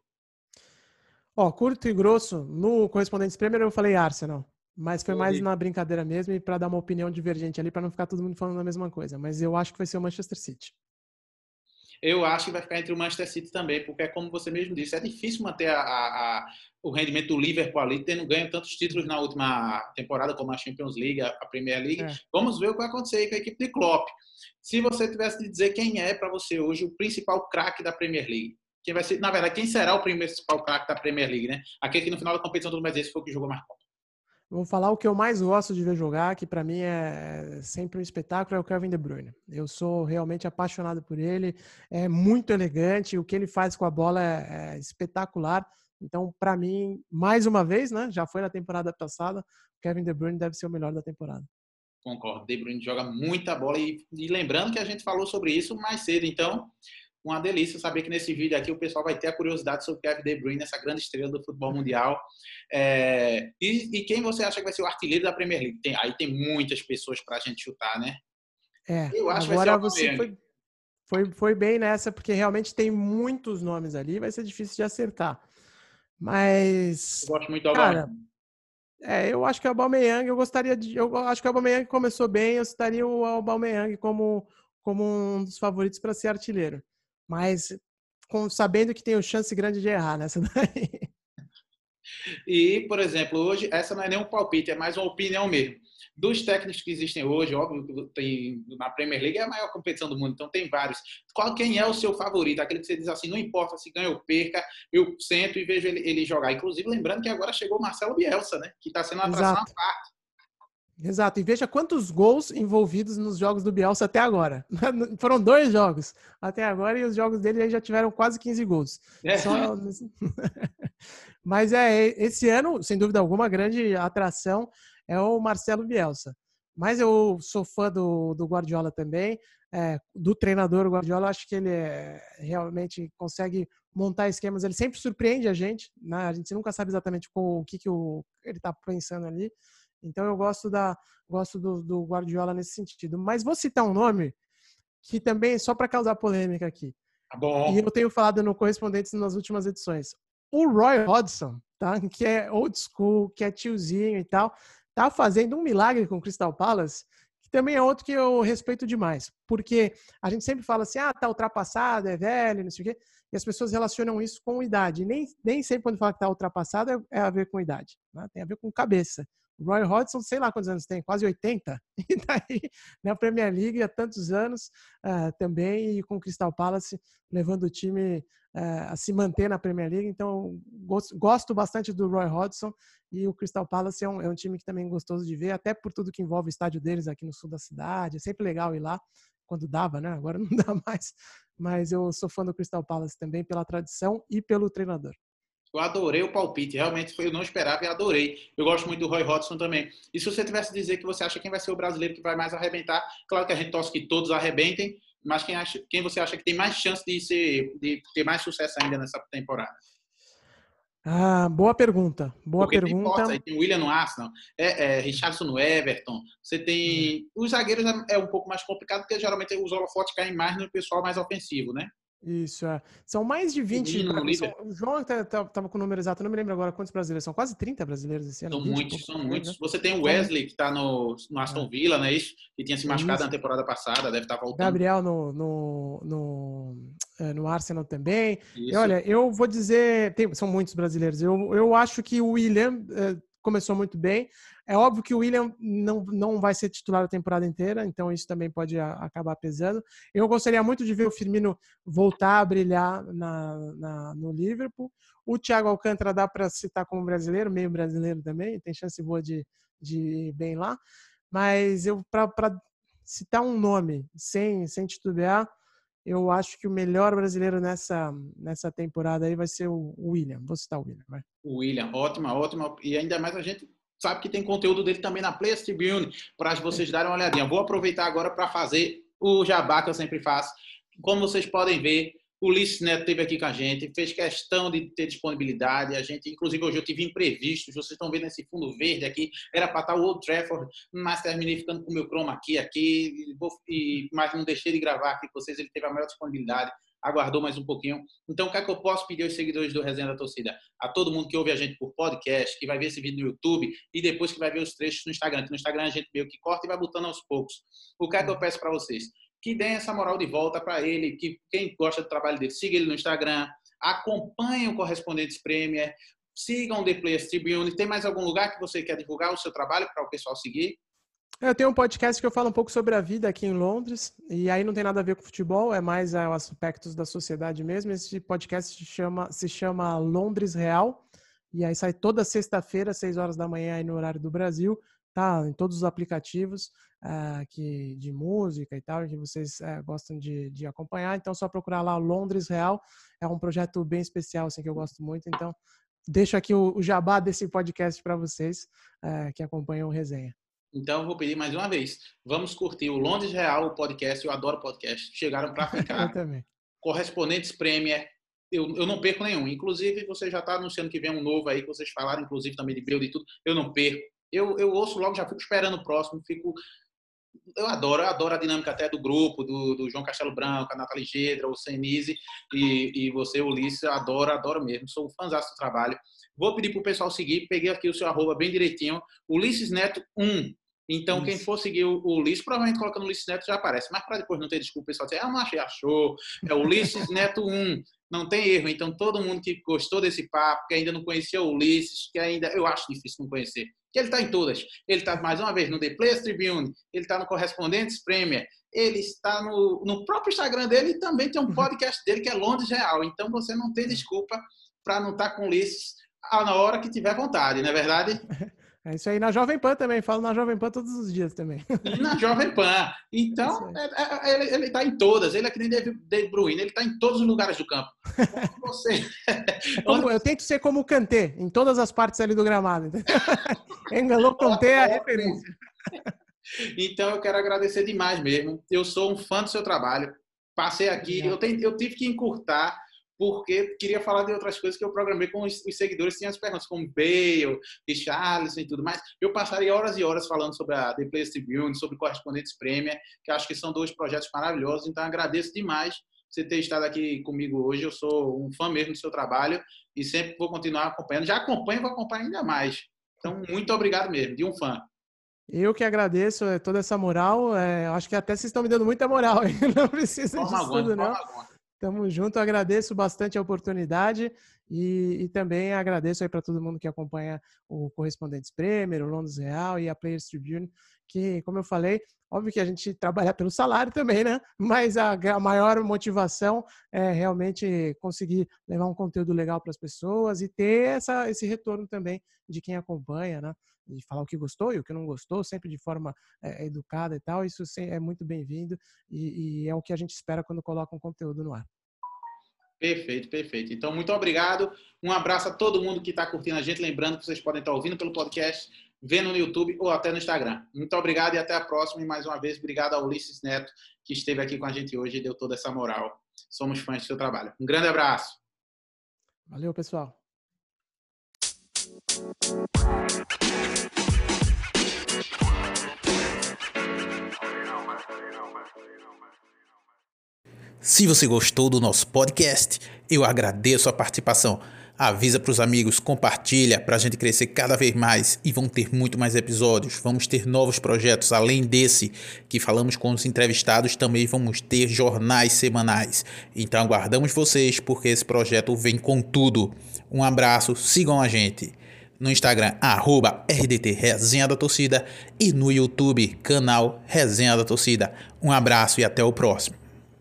Curto e grosso, no Correspondentes Premier eu falei Arsenal. Mas foi mais na brincadeira mesmo e para dar uma opinião divergente ali, para não ficar todo mundo falando a mesma coisa. Mas eu acho que vai ser o Manchester City. Eu acho que vai ficar entre o Manchester City também, porque, como você mesmo disse, é difícil manter o rendimento do Liverpool ali, tendo ganho tantos títulos na última temporada, como a Champions League, a Premier League. Vamos ver o que vai acontecer aí com a equipe de Klopp. Se você tivesse de dizer quem é para você hoje o principal craque da Premier League, quem vai ser, na verdade, quem será o principal craque da Premier League, né? Aquele que no final da competição todo mundo vai dizer se foi o que jogou mais Copa. Vou falar o que eu mais gosto de ver jogar, que para mim é sempre um espetáculo, é o Kevin De Bruyne. Eu sou realmente apaixonado por ele, é muito elegante, o que ele faz com a bola é espetacular. Então, para mim, mais uma vez, né, já foi na temporada passada, o Kevin De Bruyne deve ser o melhor da temporada. Concordo, De Bruyne joga muita bola e lembrando que a gente falou sobre isso mais cedo, então... Uma delícia saber que nesse vídeo aqui o pessoal vai ter a curiosidade sobre o Kevin De Bruyne, essa grande estrela do futebol mundial. E quem você acha que vai ser o artilheiro da Premier League? Aí tem muitas pessoas para a gente chutar, né? Eu acho que vai ser o você foi bem nessa, porque realmente tem muitos nomes ali, vai ser difícil de acertar. Mas... Eu gosto muito do Aubameyang. Eu acho que o Aubameyang, eu acho que o Aubameyang começou bem, eu citaria o Aubameyang como um dos favoritos para ser artilheiro. Mas sabendo que tem chance grande de errar nessa daí. E, por exemplo, hoje, essa não é nem um palpite, é mais uma opinião mesmo. Dos técnicos que existem hoje, óbvio que tem, na Premier League é a maior competição do mundo, então tem vários. Quem é o seu favorito? Aquele que você diz assim, não importa se ganha ou perca, eu sento e vejo ele jogar. Inclusive, lembrando que agora chegou o Marcelo Bielsa, né? Que está sendo uma atração à parte. Exato, e veja quantos gols envolvidos nos jogos do Bielsa até agora. Foram 2 jogos até agora e os jogos dele aí já tiveram quase 15 gols. Mas esse ano, sem dúvida alguma, a grande atração é o Marcelo Bielsa. Mas eu sou fã do Guardiola também, do treinador Guardiola. Acho que ele realmente consegue montar esquemas. Ele sempre surpreende a gente, né? A gente nunca sabe exatamente o que ele está pensando ali. Então eu gosto do Guardiola nesse sentido. Mas vou citar um nome que também, só para causar polêmica aqui. Tá bom. E eu tenho falado no Correspondentes nas últimas edições. O Roy Hodgson, tá? Que é old school, que é tiozinho e tal, tá fazendo um milagre com o Crystal Palace, que também é outro que eu respeito demais. Porque a gente sempre fala assim, tá ultrapassado, é velho, não sei o quê. E as pessoas relacionam isso com idade. Nem sempre quando fala que tá ultrapassado é a ver com idade, né? Tem a ver com cabeça. O Roy Hodgson, sei lá quantos anos tem, quase 80. E daí, na Premier League há tantos anos também, e com o Crystal Palace levando o time a se manter na Premier League. Então, gosto bastante do Roy Hodgson, e o Crystal Palace é um time que também é gostoso de ver, até por tudo que envolve o estádio deles aqui no sul da cidade. É sempre legal ir lá, quando dava, né? Agora não dá mais. Mas eu sou fã do Crystal Palace também, pela tradição e pelo treinador. Eu adorei o palpite, realmente eu não esperava e adorei. Eu gosto muito do Roy Hodgson também. E se você tivesse a dizer que você acha quem vai ser o brasileiro que vai mais arrebentar, claro que a gente torce que todos arrebentem, Mas quem você acha que tem mais chance de ter mais sucesso ainda nessa temporada? Boa pergunta. Boa Porque pergunta. tem o William no Arsenal, Richarlison no Everton. Você tem... Os zagueiros é um pouco mais complicado, porque geralmente os holofotes caem mais no pessoal mais ofensivo, né? Isso, é. São mais de 20. O João estava com o número exato, não me lembro agora quantos brasileiros. São quase 30 brasileiros esse ano. São muitos. Né? Você tem o Wesley, que está no Aston Villa, né? Que tinha se machucado na temporada passada, deve estar voltando. Gabriel no Arsenal também. E, olha, eu vou dizer... são muitos brasileiros. Eu acho que o William começou muito bem. É óbvio que o William não vai ser titular a temporada inteira, então isso também pode acabar pesando. Eu gostaria muito de ver o Firmino voltar a brilhar no Liverpool. O Thiago Alcântara dá para citar como brasileiro, meio brasileiro também, tem chance boa de ir bem lá. Mas para citar um nome sem titubear, eu acho que o melhor brasileiro nessa temporada aí vai ser o William. Vou citar o William. Vai. O William, ótima. E ainda mais a gente sabe que tem conteúdo dele também na Players Tribune, para vocês darem uma olhadinha. Vou aproveitar agora para fazer o jabá que eu sempre faço. Como vocês podem ver, o Ulisses Neto esteve aqui com a gente, fez questão de ter disponibilidade. A gente, inclusive, hoje eu tive imprevistos. Vocês estão vendo esse fundo verde aqui. Era para estar o Old Trafford, mas terminei ficando com o meu chroma aqui. Mas não deixei de gravar aqui com vocês. Ele teve a maior disponibilidade. Aguardou mais um pouquinho. Então, o que é que eu posso pedir aos seguidores do Resenha da Torcida? A todo mundo que ouve a gente por podcast, que vai ver esse vídeo no YouTube e depois que vai ver os trechos no Instagram. Que no Instagram a gente meio que corta e vai botando aos poucos. O que é que eu peço para vocês? Que deem essa moral de volta para ele, que quem gosta do trabalho dele, siga ele no Instagram, acompanhe o Correspondentes Premier, sigam o The Players Tribune. Tem mais algum lugar que você quer divulgar o seu trabalho para o pessoal seguir? Eu tenho um podcast que eu falo um pouco sobre a vida aqui em Londres, e aí não tem nada a ver com futebol, é mais aspectos da sociedade mesmo. Esse podcast se chama Londres Real, e aí sai toda sexta-feira, 6 horas da manhã, aí no horário do Brasil, tá? Em todos os aplicativos de música e tal, que vocês gostam de acompanhar. Então, só procurar lá Londres Real, é um projeto bem especial, assim, que eu gosto muito. Então, deixo aqui o jabá desse podcast para vocês que acompanham o Resenha. Então, eu vou pedir mais uma vez. Vamos curtir o Londres Real, o podcast. Eu adoro podcast. Chegaram para ficar. Eu também. Correspondentes Premier. Eu não perco nenhum. Inclusive, você já está anunciando que vem um novo aí, que vocês falaram, inclusive, também de build e tudo. Eu não perco. Eu ouço logo, já fico esperando o próximo. Eu adoro a dinâmica até do grupo, do João Castelo Branco, a Nathalie Gedra, o Senise e você, Ulisses. Adoro mesmo. Sou um fãzaço do trabalho. Vou pedir para o pessoal seguir. Peguei aqui o seu @ bem direitinho. Ulisses Neto 1. Então, isso. Quem for seguir o Ulisses, provavelmente colocando o Ulisses Neto já aparece. Mas para depois não ter desculpa, o pessoal dizer, não achei, achou. É o Ulisses Neto 1. Não tem erro. Então, todo mundo que gostou desse papo, que ainda não conhecia o Ulisses, que ainda eu acho difícil não conhecer, que ele está em todas. Ele está, mais uma vez, no The Players Tribune, ele está no Correspondentes Premier, ele está no próprio Instagram dele e também tem um podcast dele que é Londres Real. Então, você não tem desculpa para não estar com o Ulisses na hora que tiver vontade, não é verdade? É isso aí, na Jovem Pan também, falo na Jovem Pan todos os dias também. E na Jovem Pan. Então, ele está em todas, ele é que nem David Bruin, ele está em todos os lugares do campo. Você... eu tento ser como o Kanté, em todas as partes ali do gramado. N'Golo Kanté é a referência. Então, eu quero agradecer demais mesmo. Eu sou um fã do seu trabalho. Passei aqui, eu tive que encurtar, porque queria falar de outras coisas que eu programei com os seguidores. Tinha as perguntas como Bale, Richarlison e tudo mais. Eu passaria horas e horas falando sobre a The Players Tribune, sobre Correspondentes Premier, que acho que são 2 projetos maravilhosos. Então, agradeço demais você ter estado aqui comigo hoje. Eu sou um fã mesmo do seu trabalho e sempre vou continuar acompanhando. Já acompanho e vou acompanhar ainda mais. Então, muito obrigado mesmo, de um fã. Eu que agradeço toda essa moral. Acho que até vocês estão me dando muita moral. Não precisa disso tudo, não. Tamo junto, agradeço bastante a oportunidade e também agradeço aí para todo mundo que acompanha o Correspondentes Premier, o Londres Real e a Players Tribune, que, como eu falei, óbvio que a gente trabalha pelo salário também, né? Mas a maior motivação é realmente conseguir levar um conteúdo legal para as pessoas e ter esse retorno também de quem acompanha, né? De falar o que gostou e o que não gostou, sempre de forma educada e tal. Isso é muito bem-vindo e é o que a gente espera quando coloca um conteúdo no ar. Perfeito. Então, muito obrigado. Um abraço a todo mundo que está curtindo a gente. Lembrando que vocês podem estar ouvindo pelo podcast, vendo no YouTube ou até no Instagram. Muito obrigado e até a próxima. E mais uma vez, obrigado ao Ulisses Neto, que esteve aqui com a gente hoje e deu toda essa moral. Somos fãs do seu trabalho. Um grande abraço. Valeu, pessoal. Se você gostou do nosso podcast, eu agradeço a participação. Avisa para os amigos, compartilha para a gente crescer cada vez mais e vão ter muito mais episódios. Vamos ter novos projetos, além desse que falamos com os entrevistados, também vamos ter jornais semanais. Então aguardamos vocês porque esse projeto vem com tudo. Um abraço, sigam a gente no Instagram, @RDT Resenha da Torcida e no YouTube, canal Resenha da Torcida. Um abraço e até o próximo.